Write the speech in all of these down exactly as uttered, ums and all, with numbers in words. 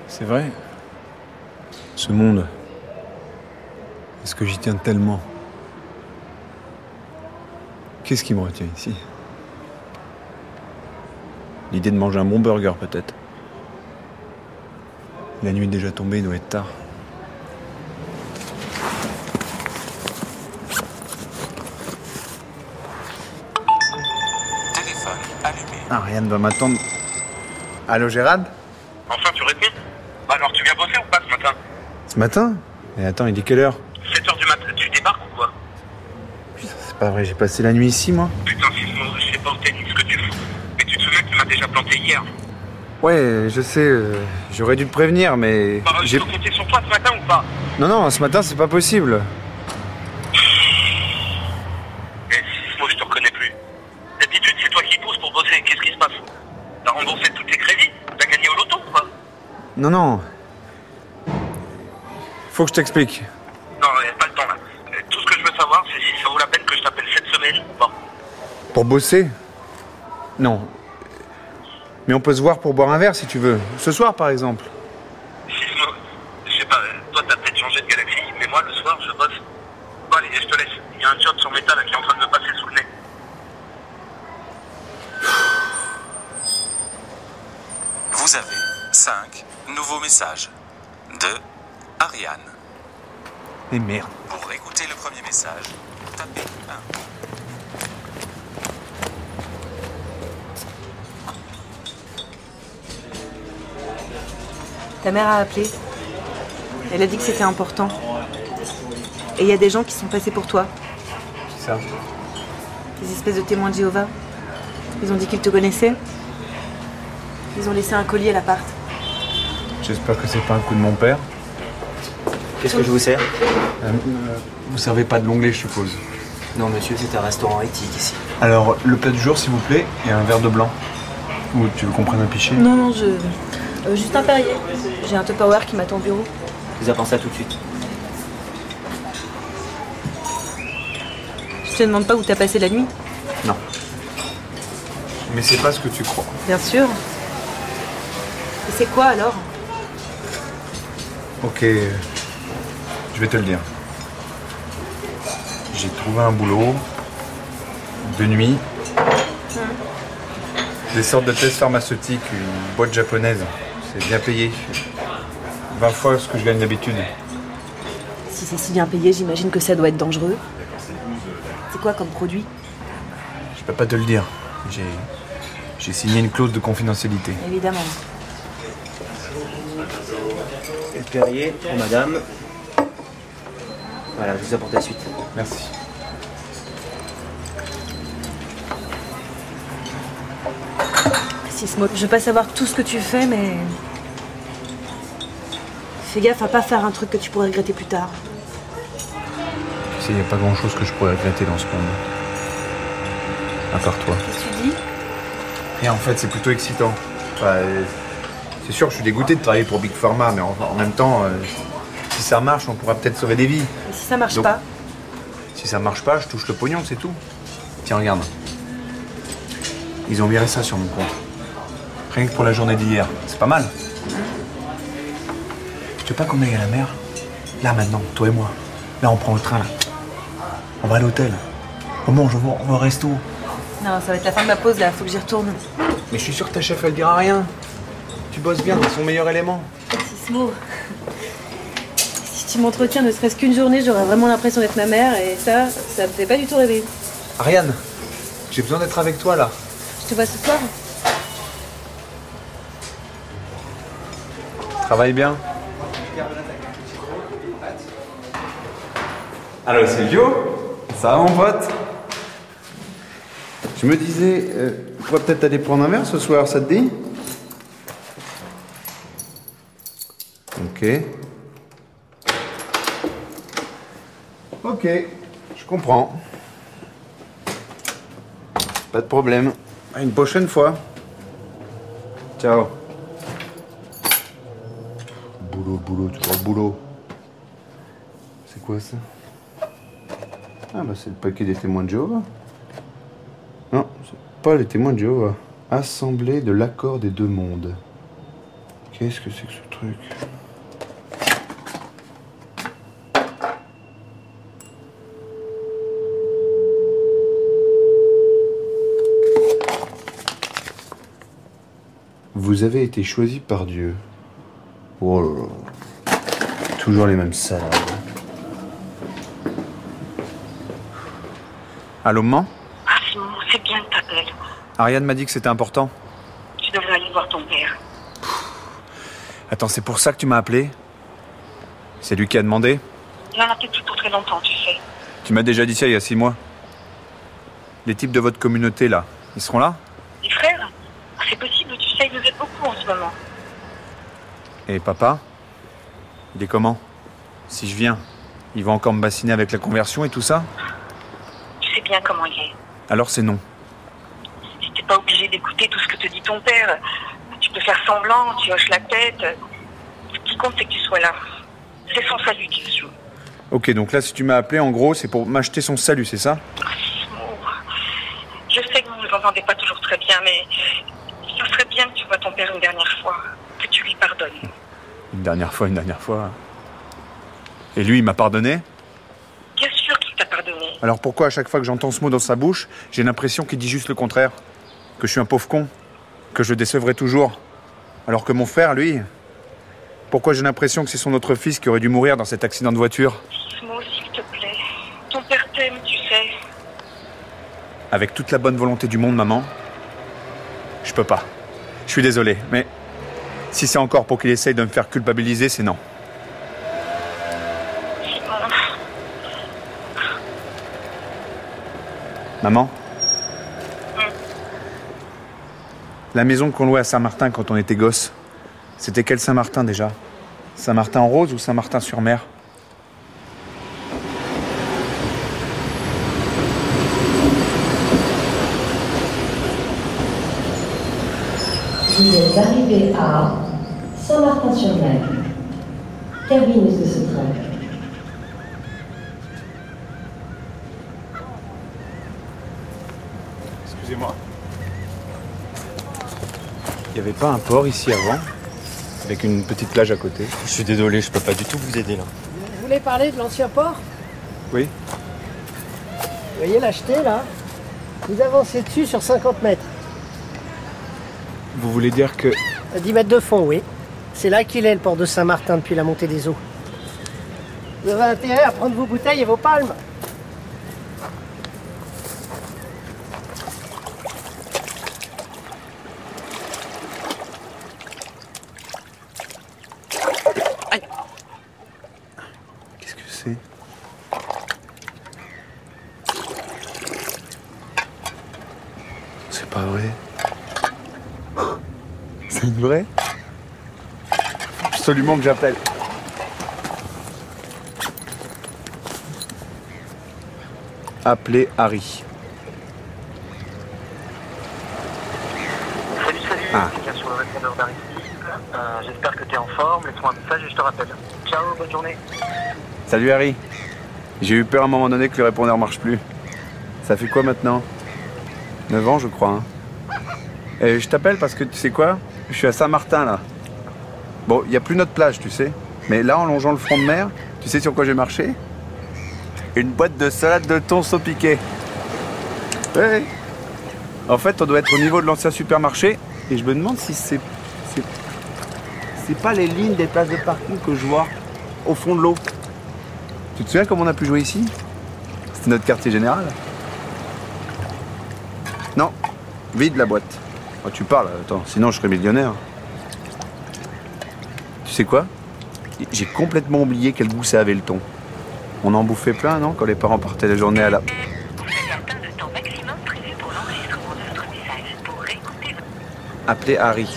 C'est vrai. Ce monde. Est-ce que j'y tiens tellement? Qu'est-ce qui me retient ici? L'idée de manger un bon burger, peut-être. La nuit est déjà tombée, il doit être tard. Téléphone allumé. Ariane va m'attendre. Allô, Gérald? Enfin, tu réponds? Bah alors, tu viens bosser ou pas ce matin? Ce matin? Et attends, il est quelle heure? sept heures du matin, tu débarques ou quoi? Putain, c'est pas vrai, j'ai passé la nuit ici, moi. Putain, Sismo, je sais pas où t'es ni ce que tu fous. Mais tu te souviens que tu m'as déjà planté hier? Ouais, je sais, euh, j'aurais dû te prévenir, mais... Bah, je j'ai... peux compter sur toi ce matin ou pas? Non, non, ce matin, c'est pas possible. Eh, Sismo, je te reconnais plus. D'habitude, c'est toi qui pousses pour bosser. Qu'est-ce qui se passe? T'as remboursé tous tes crédits? T'as gagné au loto ou quoi? Non, non. Faut que je t'explique. Non, y a pas le temps là. Euh, Tout ce que je veux savoir, c'est si ça vaut la peine que je t'appelle cette semaine ou pas. Pour bosser? Non. Mais on peut se voir pour boire un verre, si tu veux. Ce soir, par exemple. Sismo, je sais pas, euh, toi t'as peut-être changé de galaxie, mais moi le soir je bosse. Bon allez, je te laisse. Il y a un job sur métal là, qui est en train de me passer sous le nez. Vous avez cinq nouveaux messages de Ariane. Mais merde. Pour écouter le premier message, tapez un. Ta mère a appelé. Elle a dit que c'était important. Et il y a des gens qui sont passés pour toi. C'est ça. Des espèces de témoins de Jéhovah. Ils ont dit qu'ils te connaissaient. Ils ont laissé un colis à l'appart. J'espère que c'est pas un coup de mon père. Qu'est-ce que je vous sers? Euh, euh, vous servez pas de l'onglet, je suppose. Non, monsieur, c'est un restaurant éthique ici. Alors, le plat du jour, s'il vous plaît, et un verre de blanc. Ou tu veux qu'on prenne un pichet? Non, non, je... Euh, juste un Perrier. J'ai un Tupperware qui m'attend au bureau. Je vous apprends ça tout de suite. Je te demande pas où t'as passé la nuit? Non. Mais c'est pas ce que tu crois. Bien sûr. Et c'est quoi alors? Ok, euh, je vais te le dire. J'ai trouvé un boulot de nuit. Des sortes de tests pharmaceutiques, une boîte japonaise. C'est bien payé. vingt fois ce que je gagne d'habitude. Si c'est si bien payé, j'imagine que ça doit être dangereux. C'est quoi comme produit? Je peux pas te le dire. J'ai, j'ai signé une clause de confidentialité. Évidemment. Le Perrier pour madame. Voilà, je vous apporte la suite. Merci. Sismo, je veux pas savoir tout ce que tu fais, mais... Fais gaffe à pas faire un truc que tu pourrais regretter plus tard. Tu sais, il n'y a pas grand chose que je pourrais regretter dans ce monde. À part toi. Qu'est-ce que tu dis? Et en fait, c'est plutôt excitant. Enfin, euh, c'est sûr, je suis dégoûté de travailler pour Big Pharma, mais en, en même temps, euh, si ça marche, on pourra peut-être sauver des vies. Et si ça marche Donc, pas? Si ça marche pas, je touche le pognon, c'est tout. Tiens, regarde. Ils ont viré ça sur mon compte. Rien que pour la journée d'hier. C'est pas mal. Tu veux pas qu'on aille à la mer? Là, maintenant, toi et moi. Là, on prend le train, là. On va à l'hôtel. On mange, on va, on va au resto. Non, ça va être la fin de ma pause, là. Faut que j'y retourne. Mais je suis sûr que ta chef, elle dira rien. Tu bosses bien, t'es son meilleur élément. Sismo, si tu m'entretiens ne serait-ce qu'une journée, j'aurais vraiment l'impression d'être ma mère, et ça, ça me fait pas du tout rêver. Ariane, j'ai besoin d'être avec toi, là. Je te vois ce soir? Travaille bien. Alors, Silvio, ça va, mon pote? Je me disais, euh, on pourrait peut-être aller prendre un verre ce soir, ça te dit? Ok. Ok, je comprends. Pas de problème. À une prochaine fois. Ciao. Boulot, boulot, toujours le boulot. C'est quoi ça? Ah bah c'est le paquet des témoins de Jéhovah. Non, c'est pas les témoins de Jéhovah. Assemblée de l'accord des deux mondes. Ok. Qu'est-ce que c'est que ce truc? Vous avez été choisi par Dieu. Oh là là. Toujours les mêmes salades. Allô, maman? Ah Simon, c'est bien que t'appelles. Ariane m'a dit que c'était important. Tu devrais aller voir ton père. Attends, c'est pour ça que tu m'as appelé? C'est lui qui a demandé? Il en a peut-être plus pour très longtemps, tu sais. Tu m'as déjà dit ça il y a six mois. Les types de votre communauté, là, ils seront là? Les frères? C'est possible, tu sais, ils nous aident beaucoup en ce moment. Et papa? Il est comment? Si je viens, il va encore me bassiner avec la conversion et tout ça? Tu sais bien comment il est. Alors c'est non. Si t'es pas obligé d'écouter tout ce que te dit ton père, tu peux faire semblant, tu hoches la tête. Ce qui compte, c'est que tu sois là. C'est son salut qui se joue. Ok, donc là, si tu m'as appelé, en gros, c'est pour m'acheter son salut, c'est ça? Oh, je sais que vous ne vous entendez pas toujours très bien, mais ce serait bien que tu vois ton père une dernière fois, que tu lui pardonnes. Une dernière fois, une dernière fois. Et lui, il m'a pardonné? Bien sûr qu'il t'a pardonné. Alors pourquoi à chaque fois que j'entends ce mot dans sa bouche, j'ai l'impression qu'il dit juste le contraire? Que je suis un pauvre con? Que je le décevrai toujours? Alors que mon frère, lui... Pourquoi j'ai l'impression que c'est son autre fils qui aurait dû mourir dans cet accident de voiture? Sismo, s'il te plaît. Ton père t'aime, tu sais. Avec toute la bonne volonté du monde, maman, je peux pas. Je suis désolé, mais si c'est encore pour qu'il essaye de me faire culpabiliser, c'est non. Simon. Maman? Mm. La maison qu'on louait à Saint-Martin quand on était gosse, c'était quel Saint-Martin déjà? Saint-Martin-en-Rose ou Saint-Martin-sur-Mer? Vous êtes arrivé à Saint-Martin-sur-Mer. Terminus de ce train. Excusez-moi. Il n'y avait pas un port ici avant? Avec une petite plage à côté? Je suis désolé, je peux pas du tout vous aider là. Vous voulez parler de l'ancien port? Oui. Vous voyez l'acheter là? Vous avancez dessus sur cinquante mètres. Vous voulez dire que... À dix mètres de fond, oui. C'est là qu'il est, le port de Saint-Martin, depuis la montée des eaux. Vous avez intérêt à prendre vos bouteilles et vos palmes. Aïe. Qu'est-ce que c'est? C'est pas vrai. C'est une vraie? Absolument que j'appelle. Appelez Harry. Salut, salut, Ah. c'est bien sur le répondeur d'Aristide. Euh, J'espère que tu es en forme, laisse-moi un message et je te rappelle. Ciao, bonne journée. Salut Harry. J'ai eu peur à un moment donné que le répondeur marche plus. Ça fait quoi maintenant? neuf ans je crois. Hein. Et je t'appelle parce que tu sais quoi? Je suis à Saint-Martin là. Bon, il n'y a plus notre plage, tu sais. Mais là, en longeant le front de mer, tu sais sur quoi j'ai marché? Une boîte de salade de thon saupiqué. Ouais. En fait, on doit être au niveau de l'ancien supermarché. Et je me demande si c'est... C'est, c'est pas les lignes des places de parking que je vois au fond de l'eau. Tu te souviens comment on a pu jouer ici? C'était notre quartier général. Non, vide la boîte. Oh, tu parles, attends, sinon je serais millionnaire. Tu sais quoi? J'ai complètement oublié quel goût ça avait le thon. On en bouffait plein, non? Quand les parents partaient la journée à la... Vous avez atteint le temps maximum prévu pour l'enregistrement de votre message. Pour réécouter votre... Appelez Harry.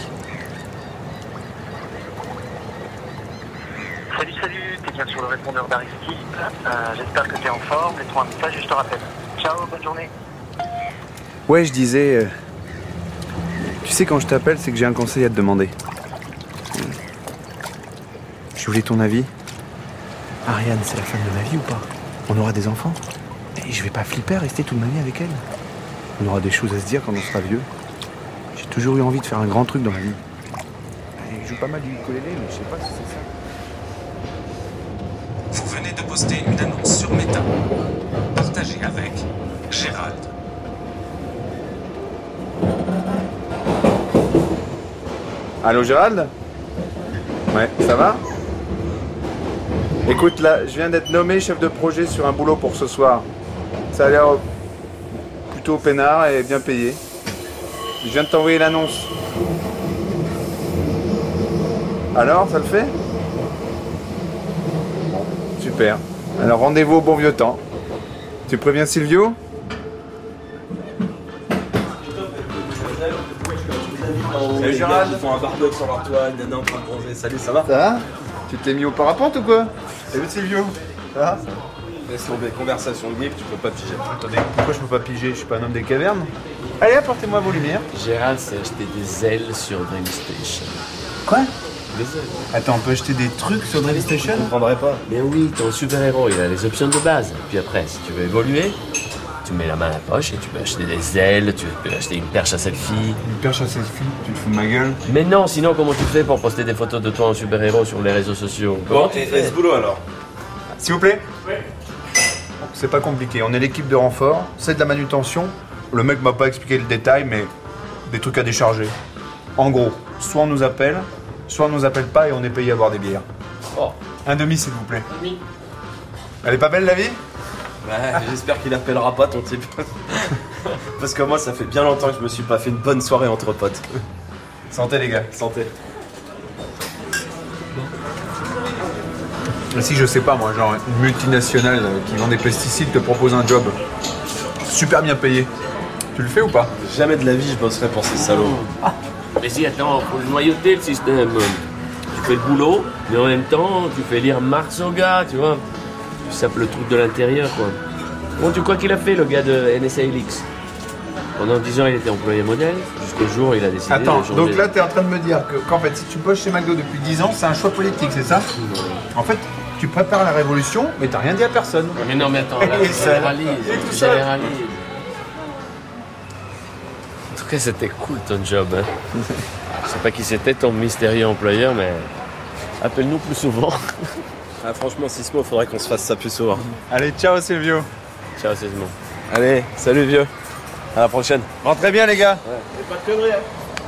Salut, salut, t'es bien sur le répondeur d'Aristide. Euh, J'espère que tu es en forme, laisse-moi un message et je te rappelle. Ciao, bonne journée. Ouais, je disais... euh, Tu sais, quand je t'appelle, c'est que j'ai un conseil à te demander. Je voulais ton avis. Ariane, c'est la femme de ma vie ou pas? On aura des enfants? Et je vais pas flipper à rester toute ma vie avec elle. On aura des choses à se dire quand on sera vieux. J'ai toujours eu envie de faire un grand truc dans la vie. Et joue pas mal du ukulélé, mais je sais pas si c'est ça. Vous venez de poster une annonce sur Meta. Partagée avec Gérald. Allô Gérald? Ouais, ça va? Écoute, là, je viens d'être nommé chef de projet sur un boulot pour ce soir. Ça a l'air plutôt peinard et bien payé. Je viens de t'envoyer l'annonce. Alors, ça le fait? Bon, super. Alors, rendez-vous au bon vieux temps. Tu préviens Silvio? Salut Gérald, ils font un barbecue sur leur toile, Nana en train de bronzer. Salut, ça va? Ça va? Tu t'es mis au parapente ou quoi? Salut Silvio. Ça va? Laisse tomber, conversation liée que tu peux pas piger. Attendez, pourquoi je peux pas piger? Je suis pas un homme des cavernes. Allez, apportez-moi vos lumières. Gérald s'est acheté des ailes sur Dream Station. Quoi? Des ailes. Attends, on peut acheter des trucs sur Dream Station? Je comprendrais pas. Mais oui, ton super-héros, il a les options de base. Puis après, si tu veux évoluer, tu mets la main à la poche et tu peux acheter des ailes, tu peux acheter une perche à selfie. Une perche à selfie? Tu te fous de ma gueule? Mais non, sinon comment tu fais pour poster des photos de toi en super-héros sur les réseaux sociaux? Bon, et, et ce boulot alors? S'il vous plaît? Oui. C'est pas compliqué, on est l'équipe de renfort, c'est de la manutention. Le mec m'a pas expliqué le détail, mais des trucs à décharger. En gros, soit on nous appelle, soit on nous appelle pas et on est payé à boire des bières. Oh. Un demi s'il vous plaît. Demi. Elle est pas belle la vie? Ouais, j'espère qu'il appellera pas ton type. Parce que moi, ça fait bien longtemps que je me suis pas fait une bonne soirée entre potes. Santé les gars. Santé. Si je sais pas moi, genre une multinationale qui vend des pesticides te propose un job super bien payé. Tu le fais ou pas? Jamais de la vie je bosserai pour ces salauds. Ah. Mais si, attends, faut le noyauter le système. Tu fais le boulot, mais en même temps, tu fais lire Marx au gars, tu vois. Tu sapes le truc de l'intérieur, quoi. Bon, tu crois qu'il a fait, le gars de N S A L X? Pendant dix ans, il était employé modèle, jusqu'au jour où il a décidé Attends, de changer. donc là, t'es en train de me dire que, qu'en fait, si tu bosses chez McDo depuis dix ans, c'est un choix politique, c'est ça? Non. En fait, tu prépares la révolution, mais t'as rien dit à personne. Mais non, mais attends, là, Et tu ça- généralises, et tout tu ça. généralises. En tout cas, c'était cool ton job, hein. Je sais pas qui c'était ton mystérieux employeur, mais appelle-nous plus souvent. Ah, franchement, Sismo, faudrait qu'on se fasse ça plus souvent. Allez, ciao Silvio. Ciao, Sismo. Allez, salut vieux. À la prochaine. Rentrez bien les gars. Ouais. Et pas de conneries, hein.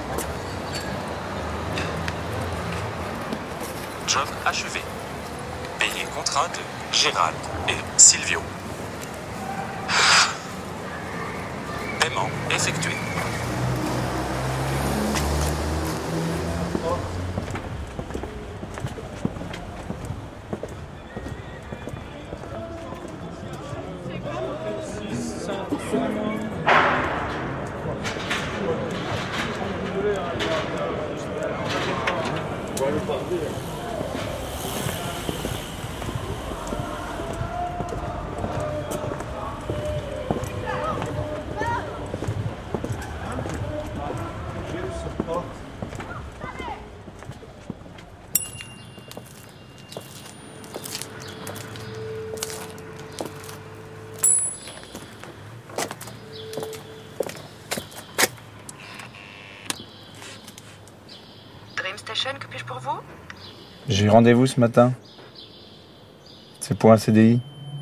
Job achevé. Payé contrat de Gérald et Silvio. Paiement effectué. Dream Station, que puis-je pour vous? J'ai rendez-vous ce matin. C'est pour un C D I.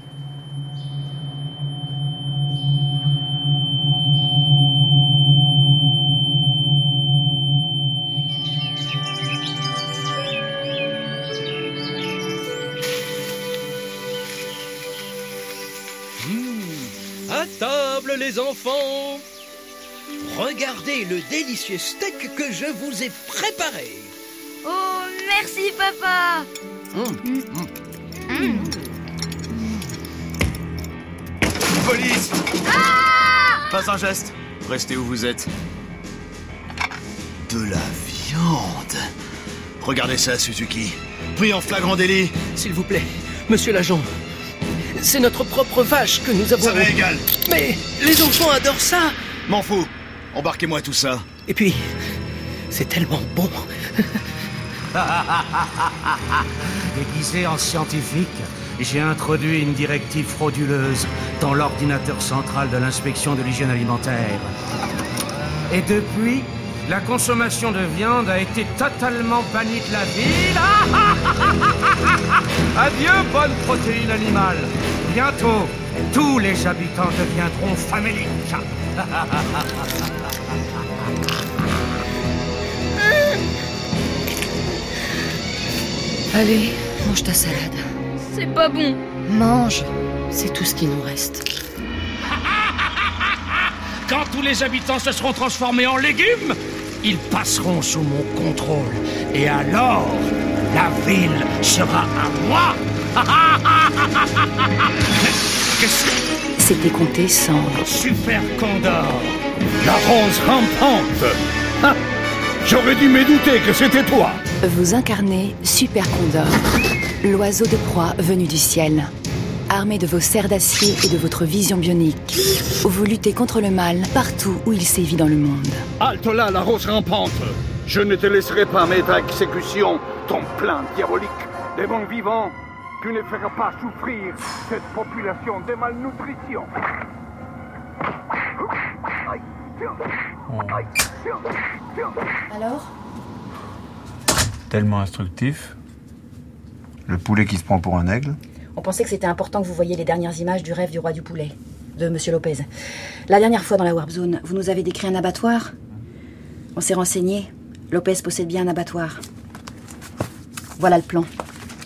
À table les enfants, regardez le délicieux steak que je vous ai préparé. Oh, merci papa. Mmh. Mmh. Police! Ah! Pas un geste. Restez où vous êtes. De la viande. Regardez ça, Suzuki. Pris en flagrant délit. S'il vous plaît, monsieur l'agent. C'est notre propre vache que nous avons... Ça m'est égal. Mais les enfants adorent ça. M'en fous. Embarquez-moi tout ça. Et puis, c'est tellement bon. Déguisé en scientifique, j'ai introduit une directive frauduleuse dans l'ordinateur central de l'inspection de l'hygiène alimentaire. Et depuis, la consommation de viande a été totalement bannie de la ville. Adieu, bonne protéine animale. Bientôt, tous les habitants deviendront faméliques. Allez, mange ta salade. C'est pas bon. Mange, c'est tout ce qui nous reste. Quand tous les habitants se seront transformés en légumes, ils passeront sous mon contrôle. Et alors, la ville sera à moi. Qu'est-ce que... C'était compté cent. Super Condor, la rose rampante. Ah, j'aurais dû me douter que c'était toi. Vous incarnez Super Condor, l'oiseau de proie venu du ciel. Armé de vos serres d'acier et de votre vision bionique, vous luttez contre le mal partout où il sévit dans le monde. Halte là, la rose rampante. Je ne te laisserai pas mettre à exécution ton plan diabolique. Des bons vivants, tu ne feras pas souffrir cette population de malnutrition. Alors ? Tellement instructif. Le poulet qui se prend pour un aigle. On pensait que c'était important que vous voyiez les dernières images du rêve du roi du poulet, de Monsieur Lopez. La dernière fois dans la Warp Zone, vous nous avez décrit un abattoir. On s'est renseigné. Lopez possède bien un abattoir. Voilà le plan.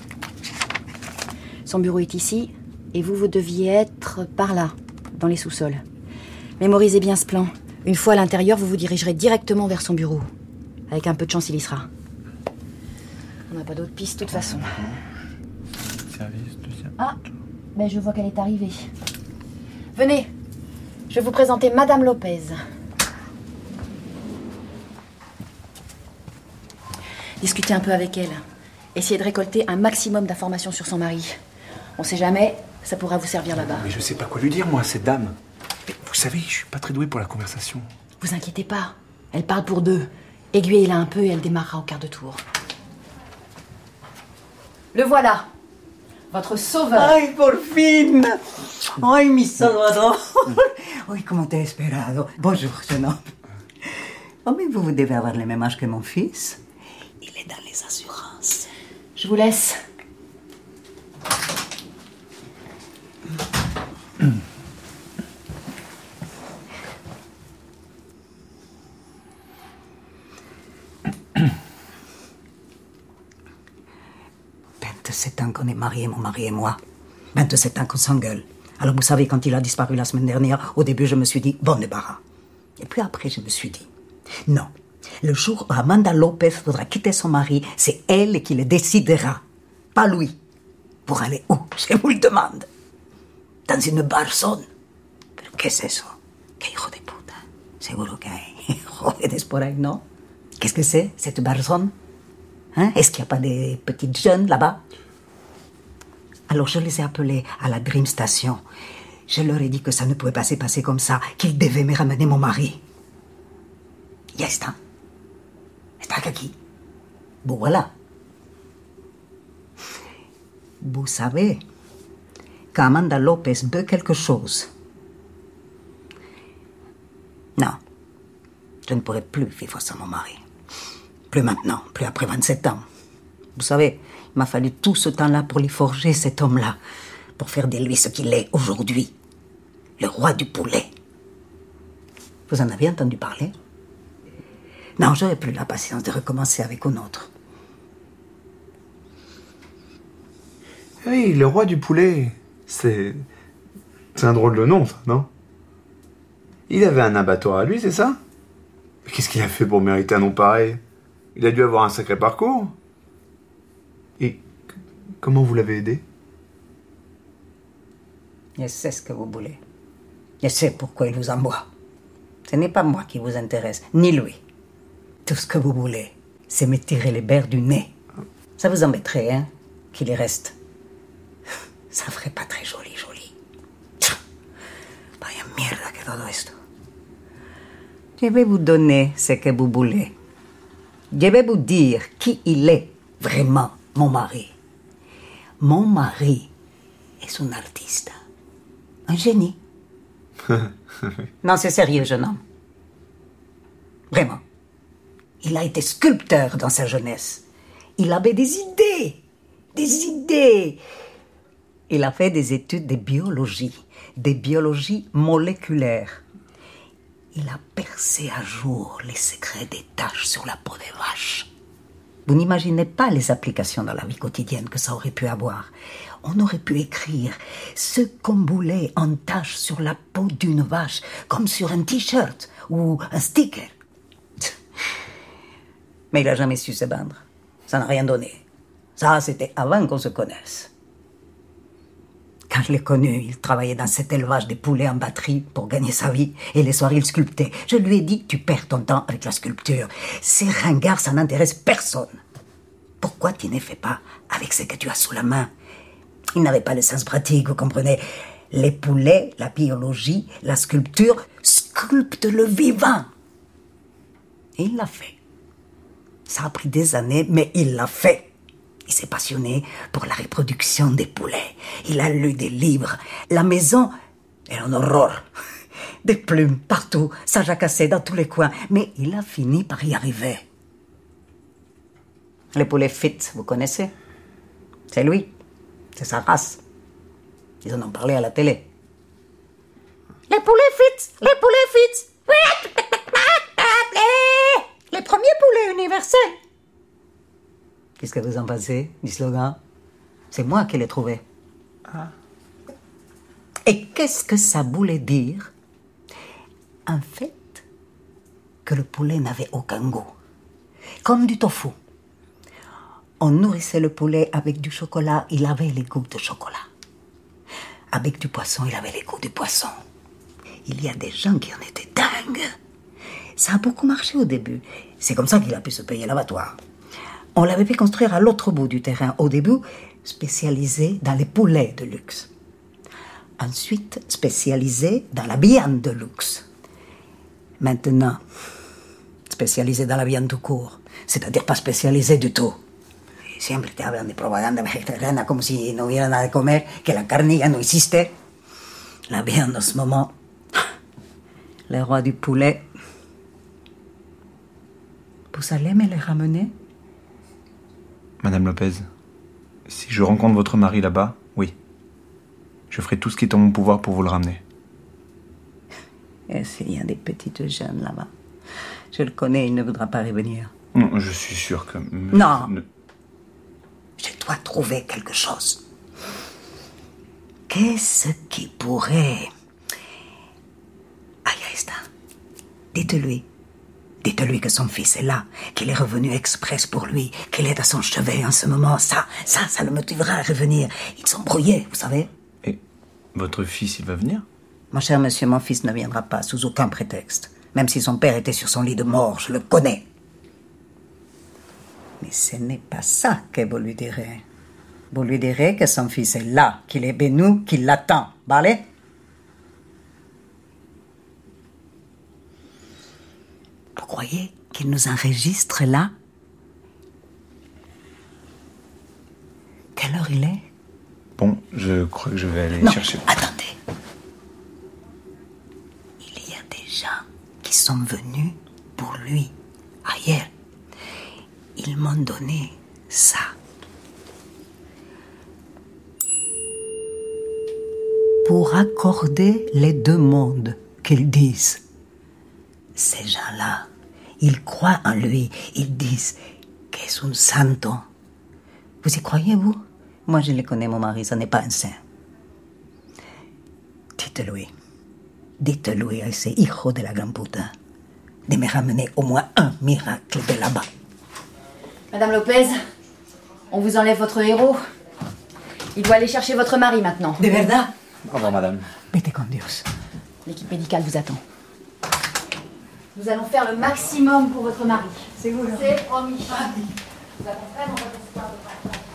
Son bureau est ici, et vous, vous deviez être par là, dans les sous-sols. Mémorisez bien ce plan. Une fois à l'intérieur, vous vous dirigerez directement vers son bureau. Avec un peu de chance, il y sera. On n'a pas d'autre piste, de toute façon. Service de service. Ah, mais je vois qu'elle est arrivée. Venez, je vais vous présenter Madame Lopez. Discutez un peu avec elle. Essayez de récolter un maximum d'informations sur son mari. On sait jamais, ça pourra vous servir là-bas. Mais je sais pas quoi lui dire, moi, cette dame. Mais vous savez, je suis pas très doué pour la conversation. Vous inquiétez pas, elle parle pour deux. Aiguillez-la un peu et elle démarrera au quart de tour. Le voilà, votre sauveur. ¡Ay, por fin! ¡Ay, mi Salvador! ¡Ay, como te he esperado! Bonjour, jeune homme. Oh, mais vous, vous devez avoir le même âge que mon fils. Il est dans les assurances. Je vous laisse. vingt-sept ans qu'on est mariés, mon mari et moi. vingt-sept ans qu'on s'engueule. Alors vous savez, quand il a disparu la semaine dernière, au début je me suis dit, bon débarras. Et puis après je me suis dit, non. Le jour où Amanda Lopez voudra quitter son mari, c'est elle qui le décidera. Pas lui. Pour aller où? Je vous le demande. Dans une barzone. ¿Pero qué es eso? ¿Qué hijo de puta? Seguro que hay jóvenes por ahí, ¿no? Qu'est-ce que c'est, cette barzone? Hein? Est-ce qu'il n'y a pas des petites jeunes là-bas? Alors je les ai appelés à la Dream Station. Je leur ai dit que ça ne pouvait pas se passer comme ça, qu'ils devaient me ramener mon mari. Ya está. Está aquí. Bon, voilà. Vous savez, quand Amanda Lopez veut quelque chose. Non, je ne pourrai plus vivre sans mon mari. Plus maintenant, plus après vingt-sept ans. Vous savez, il m'a fallu tout ce temps-là pour lui forger cet homme-là, pour faire de lui ce qu'il est aujourd'hui, le roi du poulet. Vous en avez entendu parler? Non, j'aurais plus la patience de recommencer avec un autre. Oui, le roi du poulet. C'est... C'est un drôle de nom, ça, non? Il avait un abattoir à lui, c'est ça? Mais qu'est-ce qu'il a fait pour mériter un nom pareil? Il a dû avoir un sacré parcours. Et comment vous l'avez aidé? Je sais ce que vous voulez. Je sais pourquoi il vous envoie. Ce n'est pas moi qui vous intéresse, ni lui. Tout ce que vous voulez, c'est me tirer les berres du nez. Ça vous embêterait, hein, qu'il y reste. Ça ferait pas très joli, joli. Vaya mierda que todo esto. Je vais vous donner ce que vous voulez. Je vais vous dire qui il est vraiment, mon mari. Mon mari est un artiste. Un génie. Non, c'est sérieux, jeune homme. Vraiment. Il a été sculpteur dans sa jeunesse. Il avait des idées, des idées. Il a fait des études de biologie, de biologie moléculaire. Il a percé à jour les secrets des taches sur la peau des vaches. Vous n'imaginez pas les applications dans la vie quotidienne que ça aurait pu avoir. On aurait pu écrire ce qu'on voulait en taches sur la peau d'une vache, comme sur un t-shirt ou un sticker. Mais il n'a jamais su se vendre. Ça n'a rien donné. Ça, c'était avant qu'on se connaisse. Quand je l'ai connu, il travaillait dans cet élevage de poulets en batterie pour gagner sa vie. Et les soirs, il sculptait. Je lui ai dit, tu perds ton temps avec la sculpture. Ces ringards, ça n'intéresse personne. Pourquoi tu ne fais pas avec ce que tu as sous la main? Il n'avait pas le sens pratique, vous comprenez. Les poulets, la biologie, la sculpture sculptent le vivant. Et il l'a fait. Ça a pris des années, mais il l'a fait. Il s'est passionné pour la reproduction des poulets. Il a lu des livres. La maison est en horreur. Des plumes partout, ça jacassait dans tous les coins. Mais il a fini par y arriver. Les poulets Fitz, vous connaissez? C'est lui. C'est sa race. Ils en ont parlé à la télé. Les poulets Fitz, les poulets Fitz. Les premiers poulets universels. Qu'est-ce que vous en pensez du slogan? C'est moi qui l'ai trouvé. Ah. Et qu'est-ce que ça voulait dire? En fait, que le poulet n'avait aucun goût. Comme du tofu. On nourrissait le poulet avec du chocolat, il avait les goûts de chocolat. Avec du poisson, il avait les goûts du poisson. Il y a des gens qui en étaient dingues. Ça a beaucoup marché au début. C'est comme ça qu'il a pu se payer l'abattoir. On l'avait fait construire à l'autre bout du terrain. Au début, spécialisé dans les poulets de luxe. Ensuite, spécialisé dans la viande de luxe. Maintenant, spécialisé dans la viande tout court. C'est-à-dire pas spécialisé du tout. Siempre te hablan de propaganda vegetariana como si no hubiera nada de comer, que la carne ya no existe. La viande en ce moment, le roi du poulet. Vous allez me les ramener? Madame Lopez, si je rencontre votre mari là-bas, oui. Je ferai tout ce qui est en mon pouvoir pour vous le ramener. Et s'il y a des petites jeunes là-bas, je le connais, il ne voudra pas revenir. Non, je suis sûr que... Non. Ne... Je dois trouver quelque chose. Qu'est-ce qui pourrait... Ahí está. Dites-lui. Dites-lui que son fils est là, qu'il est revenu express pour lui, qu'il est à son chevet en ce moment. Ça, ça, ça le motivera à revenir. Ils sont brouillés, vous savez. Et votre fils, il va venir? Mon cher monsieur, mon fils ne viendra pas sous aucun prétexte. Même si son père était sur son lit de mort, je le connais. Mais ce n'est pas ça que vous lui direz. Vous lui direz que son fils est là, qu'il est bénou, qu'il l'attend. Vale? Vous croyez qu'il nous enregistre là? Quelle heure il est? Bon, je crois que je vais aller non, chercher... attendez. Il y a des gens qui sont venus pour lui, ailleurs. Ils m'ont donné ça. Pour accorder les deux mondes qu'ils disent. Ces gens-là, ils croient en lui. Ils disent qu'est-ce un santo. Vous y croyez, vous? Moi, je le connais, mon mari, ça n'est pas un saint. Dites-lui, dites-lui à ces hijos de la gran puta de me ramener au moins un miracle de là-bas. Madame Lopez, on vous enlève votre héros. Il doit aller chercher votre mari maintenant. De verdad? Au revoir, madame. Vete con Dios. L'équipe médicale vous attend. Nous allons faire le maximum pour votre mari. C'est vous, là? C'est promis. Nous avons vraiment votre espoir de votre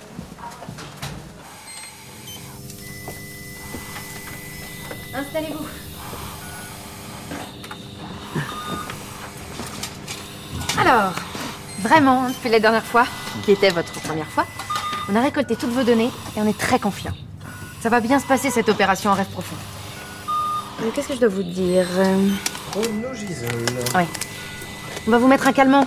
mari. Installez-vous. Alors, vraiment, depuis la dernière fois, qui était votre première fois, on a récolté toutes vos données et on est très confiants. Ça va bien se passer cette opération en rêve profond. Mais qu'est-ce que je dois vous dire? Chronogisol. Oui. On va vous mettre un calmant.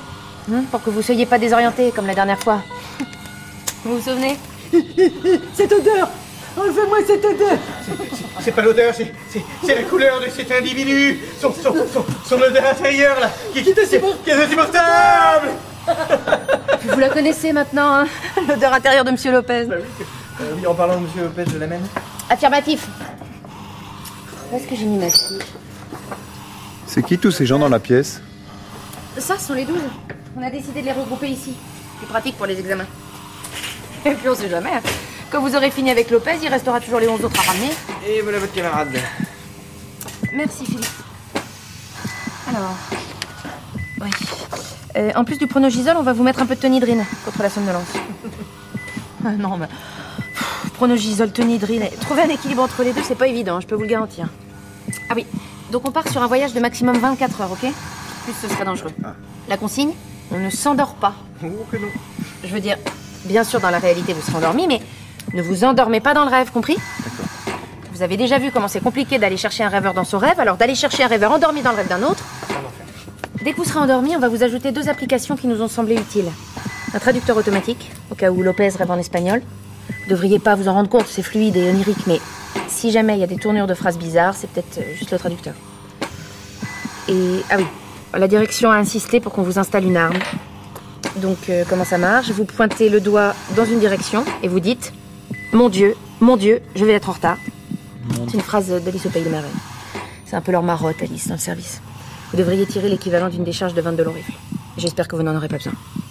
Hein, pour que vous soyez pas désorientés comme la dernière fois. Vous vous souvenez? Cette odeur! Enlevez-moi cette odeur! C'est pas l'odeur, c'est, c'est, c'est la couleur de cet individu! Son, son, son, son odeur intérieure, là! Qui, qui, est, qui est insupportable! Vous la connaissez maintenant, hein? L'odeur intérieure de Monsieur Lopez. Bah oui, euh, oui, en parlant de Monsieur Lopez, je l'amène. Affirmatif. Où est-ce que j'ai mis ma fille? C'est qui tous ces gens dans la pièce? Ça, ce sont les douze. On a décidé de les regrouper ici. Plus pratique pour les examens. Et puis on sait jamais. Hein. Quand vous aurez fini avec Lopez, il restera toujours les onze autres à ramener. Et voilà votre camarade. Merci Philippe. Alors... Oui. Euh, en plus du pronogisol, on va vous mettre un peu de tonidrine contre la somnolence. Ah non, mais... Pff, pronogisol, tonidrine... Trouver un équilibre entre les deux, c'est pas évident, je peux vous le garantir. Ah oui, donc on part sur un voyage de maximum vingt-quatre heures, ok? Plus ce serait dangereux. Ah. La consigne, on ne s'endort pas. Oh que non. Je veux dire, bien sûr, dans la réalité, vous serez endormi, mais ne vous endormez pas dans le rêve, compris? D'accord. Vous avez déjà vu comment c'est compliqué d'aller chercher un rêveur dans son rêve, alors d'aller chercher un rêveur endormi dans le rêve d'un autre. Dès que vous serez endormi, on va vous ajouter deux applications qui nous ont semblé utiles. Un traducteur automatique, au cas où Lopez rêve en espagnol. Vous devriez pas vous en rendre compte, c'est fluide et onirique, mais si jamais il y a des tournures de phrases bizarres, c'est peut-être juste le traducteur. Et, ah oui, la direction a insisté pour qu'on vous installe une arme. Donc, euh, comment ça marche? Vous pointez le doigt dans une direction et vous dites « Mon Dieu, mon Dieu, je vais être en retard ». C'est une phrase d'Alice au Pays des Merveilles. C'est un peu leur marotte, Alice, dans le service. Vous devriez tirer l'équivalent d'une décharge de vingt-deux longs rifles. J'espère que vous n'en aurez pas besoin.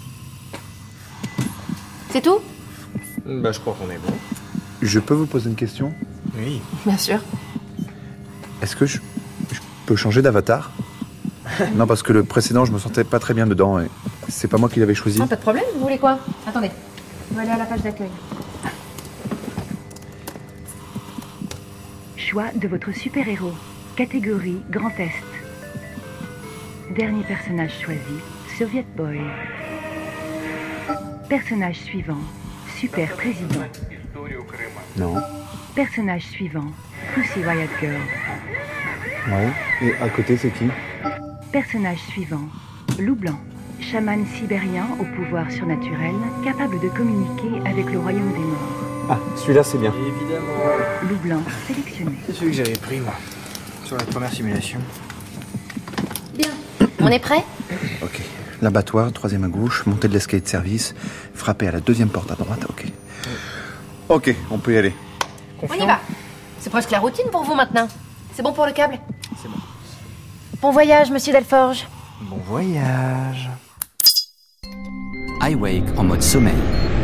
C'est tout? Bah, je crois qu'on est bon. Je peux vous poser une question? Oui. Bien sûr. Est-ce que je, je peux changer d'avatar? Non, parce que le précédent, je me sentais pas très bien dedans et c'est pas moi qui l'avais choisi. Non, pas de problème, vous voulez quoi? Attendez, on va aller à la page d'accueil. Choix de votre super-héros. Catégorie Grand Est. Dernier personnage choisi, Soviet Boy. Personnage suivant, Super Président. Non. Personnage suivant, Pussy Riot Girl. Ouais. Et à côté, c'est qui? Personnage suivant, Loup Blanc. Chaman sibérien au pouvoir surnaturel, capable de communiquer avec le royaume des morts. Ah, celui-là, c'est bien. Évidemment. Loup Blanc sélectionné. C'est celui que j'avais pris, moi, sur la première simulation. Bien. On est prêt? Ok. L'abattoir, troisième à gauche, montée de l'escalier de service, frapper à la deuxième porte à droite, ok. Ok, on peut y aller. On y va. C'est presque la routine pour vous maintenant. C'est bon pour le câble? C'est bon. Bon voyage, monsieur Delforge. Bon voyage. iWake en mode sommeil.